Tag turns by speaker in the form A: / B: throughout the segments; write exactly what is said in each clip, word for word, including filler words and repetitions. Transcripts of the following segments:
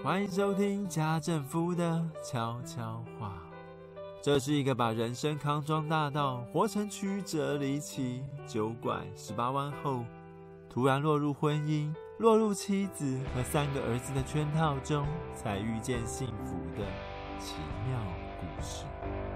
A: 欢迎收听家政夫的悄悄话。这是一个把人生康庄大道活成曲折离奇、九拐十八弯后，突然落入婚姻、落入妻子和三个儿子的圈套中，才遇见幸福的奇妙故事。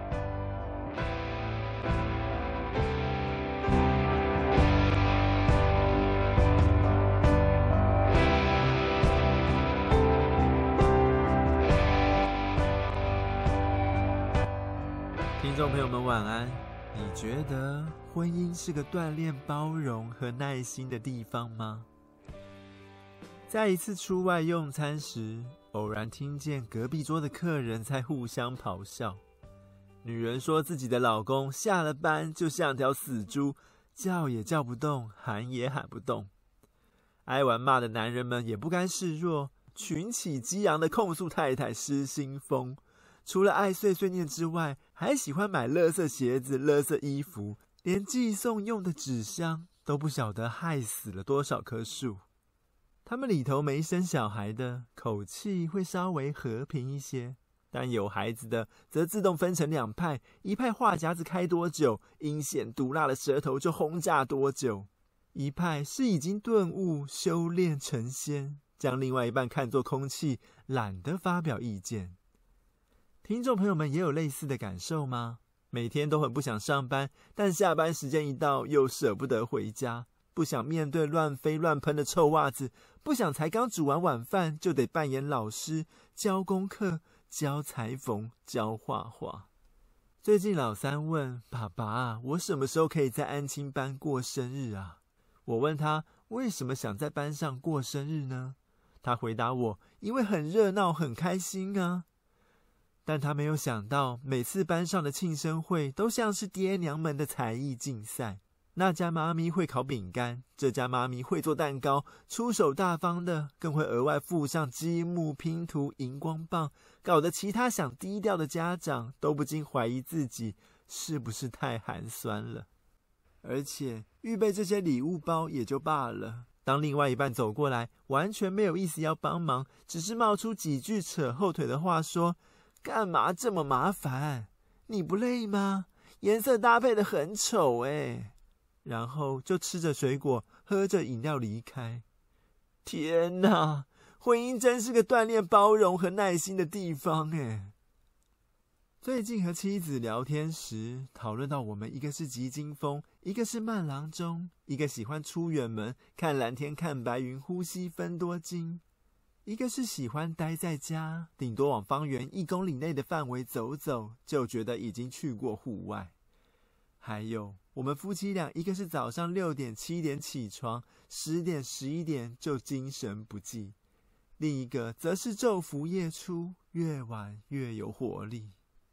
A: 听众朋友们晚安。你觉得婚姻是个锻炼包容和耐心的地方吗？在一次出外用餐时，偶然听见隔壁桌的客人在互相咆哮。女人说自己的老公下了班就像条死猪，叫也叫不动，喊也喊不动。挨完骂的男人们也不甘示弱，群起激昂地控诉太太失心疯。除了爱碎碎念之外，还喜欢买垃圾鞋子、垃圾衣服，连寄送用的纸箱都不晓得害死了多少棵树。他们里头没生小孩的，口气会稍微和平一些，但有孩子的则自动分成两派，一派话匣子开多久，阴险毒辣的舌头就轰炸多久；一派是已经顿悟、修炼成仙，将另外一半看作空气，懒得发表意见。听众朋友们也有类似的感受吗？每天都很不想上班，但下班时间一到又舍不得回家，不想面对乱飞乱喷的臭袜子，不想才刚煮完晚饭就得扮演老师，教功课、教裁缝、教画画。最近老三问爸爸啊，我什么时候可以在安亲班过生日啊？我问他为什么想在班上过生日呢？他回答我，因为很热闹很开心啊。但他没有想到，每次班上的庆生会都像是爹娘们的才艺竞赛。那家妈咪会烤饼干，这家妈咪会做蛋糕，出手大方的更会额外附上积木、拼图、荧光棒，搞得其他想低调的家长都不禁怀疑自己是不是太寒酸了。而且预备这些礼物包也就罢了，当另外一半走过来，完全没有意思要帮忙，只是冒出几句扯后腿的话说，干嘛这么麻烦？你不累吗？颜色搭配得很丑欸。然后就吃着水果，喝着饮料离开。天哪，婚姻真是个锻炼包容和耐心的地方欸。最近和妻子聊天时，讨论到我们一个是急惊风，一个是慢郎中，一个喜欢出远门，看蓝天看白云，呼吸分多精。一个是喜欢待在家，顶多往方圆一公里内的范围走走，就觉得已经去过户外。还有我们夫妻俩，一个是早上六点七点起床，十点十一点就精神不济，另一个则是昼伏夜出，越晚越有活力。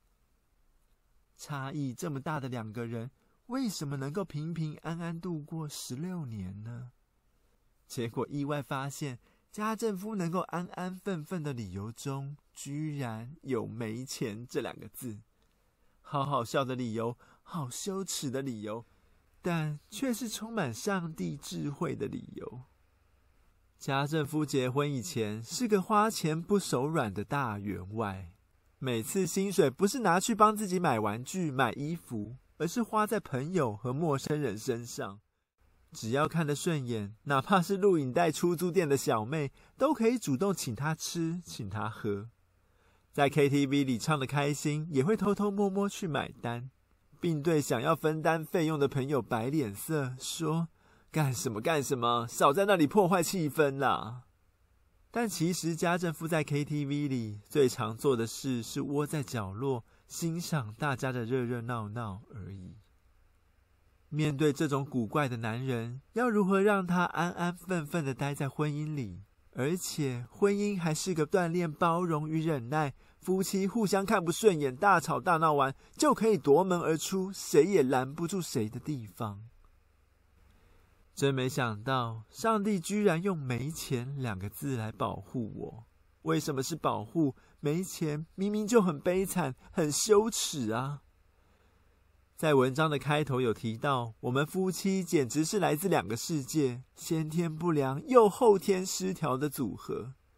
A: 差异这么大的两个人，为什么能够平平安安度过十六年呢？结果意外发现，家政夫能够安安分分的理由中，居然有没钱这两个字。好好笑的理由，好羞耻的理由，但却是充满上帝智慧的理由。家政夫结婚以前是个花钱不手软的大员外，每次薪水不是拿去帮自己买玩具、买衣服，而是花在朋友和陌生人身上。只要看得顺眼，哪怕是录影带出租店的小妹，都可以主动请她吃，请她喝。在 K T V 里唱得开心，也会偷偷摸摸去买单，并对想要分担费用的朋友摆脸色，说干什么干什么，少在那里破坏气氛啦。但其实家政夫在 K T V 里最常做的事是窝在角落，欣赏大家的热热闹闹而已。面对这种古怪的男人，要如何让他安安分分地待在婚姻里？而且婚姻还是个锻炼包容与忍耐，夫妻互相看不顺眼，大吵大闹完就可以夺门而出，谁也拦不住谁的地方。真没想到，上帝居然用没钱两个字来保护我。为什么是保护？没钱明明就很悲惨，很羞耻啊。在文章的开头有提到，我们夫妻简直是来自两个世界，先天不良又后天失调的组合。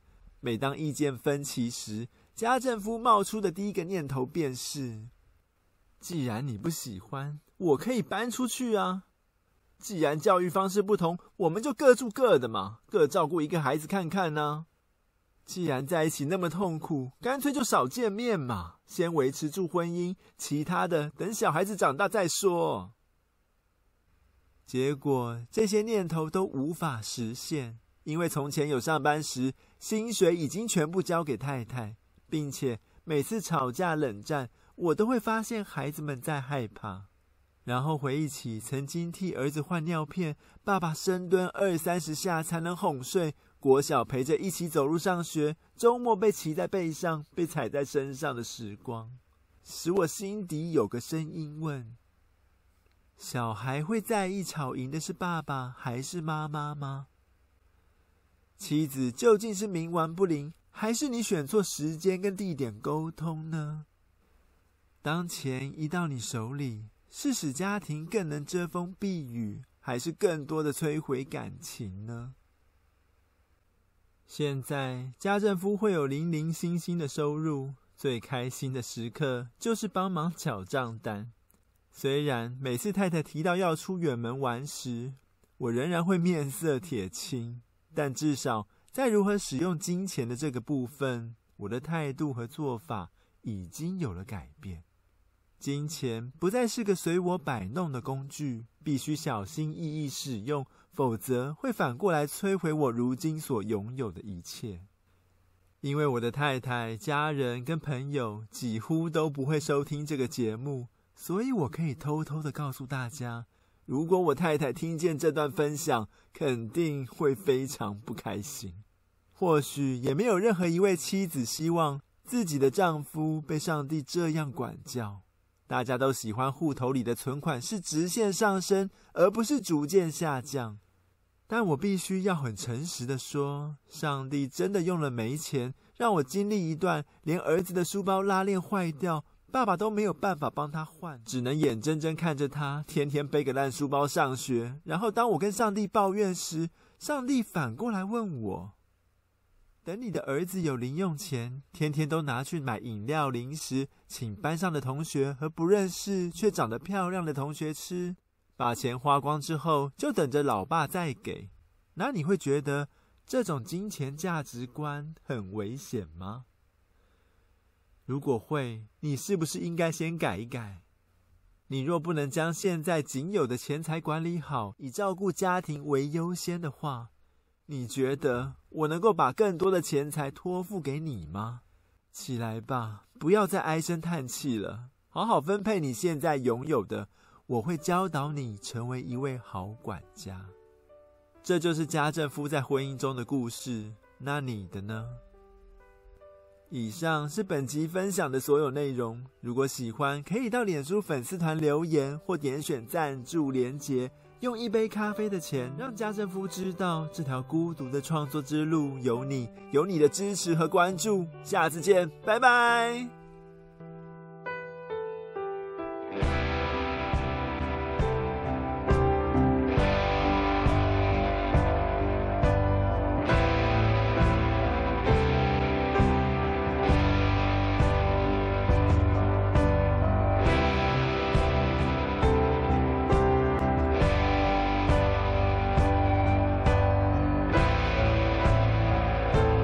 A: 每当意见分歧时，家政夫冒出的第一个念头便是：既然你不喜欢，我可以搬出去啊。既然教育方式不同，我们就各住各的嘛，各照顾一个孩子看看啊。既然在一起那么痛苦，干脆就少见面嘛，先维持住婚姻，其他的等小孩子长大再说。结果这些念头都无法实现，因为从前有上班时，薪水已经全部交给太太，并且每次吵架冷战，我都会发现孩子们在害怕，然后回忆起曾经替儿子换尿片，爸爸深蹲二三十下才能哄睡，国小陪着一起走路上学，周末被骑在背上，被踩在身上的时光，使我心底有个声音问：小孩会在意吵赢的是爸爸还是妈妈吗？妻子究竟是冥顽不灵，还是你选错时间跟地点沟通呢？当钱一到你手里，是使家庭更能遮风避雨，还是更多的摧毁感情呢？现在家政夫会有零零星星的收入，最开心的时刻就是帮忙缴账单。虽然每次太太提到要出远门玩时，我仍然会面色铁青，但至少在如何使用金钱的这个部分，我的态度和做法已经有了改变。金钱不再是个随我摆弄的工具，必须小心翼翼使用，否则会反过来摧毁我如今所拥有的一切。因为我的太太、家人跟朋友几乎都不会收听这个节目，所以我可以偷偷的告诉大家，如果我太太听见这段分享，肯定会非常不开心。或许也没有任何一位妻子希望自己的丈夫被上帝这样管教。大家都喜欢户头里的存款是直线上升，而不是逐渐下降。但我必须要很诚实的说，上帝真的用了没钱，让我经历一段连儿子的书包拉链坏掉，爸爸都没有办法帮他换，只能眼睁睁看着他天天背个烂书包上学。然后当我跟上帝抱怨时，上帝反过来问我：等你的儿子有零用钱，天天都拿去买饮料零食，请班上的同学和不认识却长得漂亮的同学吃，把钱花光之后就等着老爸再给，那你会觉得这种金钱价值观很危险吗？如果会，你是不是应该先改一改？你若不能将现在仅有的钱财管理好，以照顾家庭为优先的话，你觉得我能够把更多的钱财托付给你吗？起来吧，不要再唉声叹气了，好好分配你现在拥有的，我会教导你成为一位好管家。这就是家政夫在婚姻中的故事，那你的呢？以上是本集分享的所有内容，如果喜欢，可以到脸书粉丝团留言或点选赞助连结，用一杯咖啡的钱，让家政夫知道这条孤独的创作之路有你，有你的支持和关注。下次见，拜拜。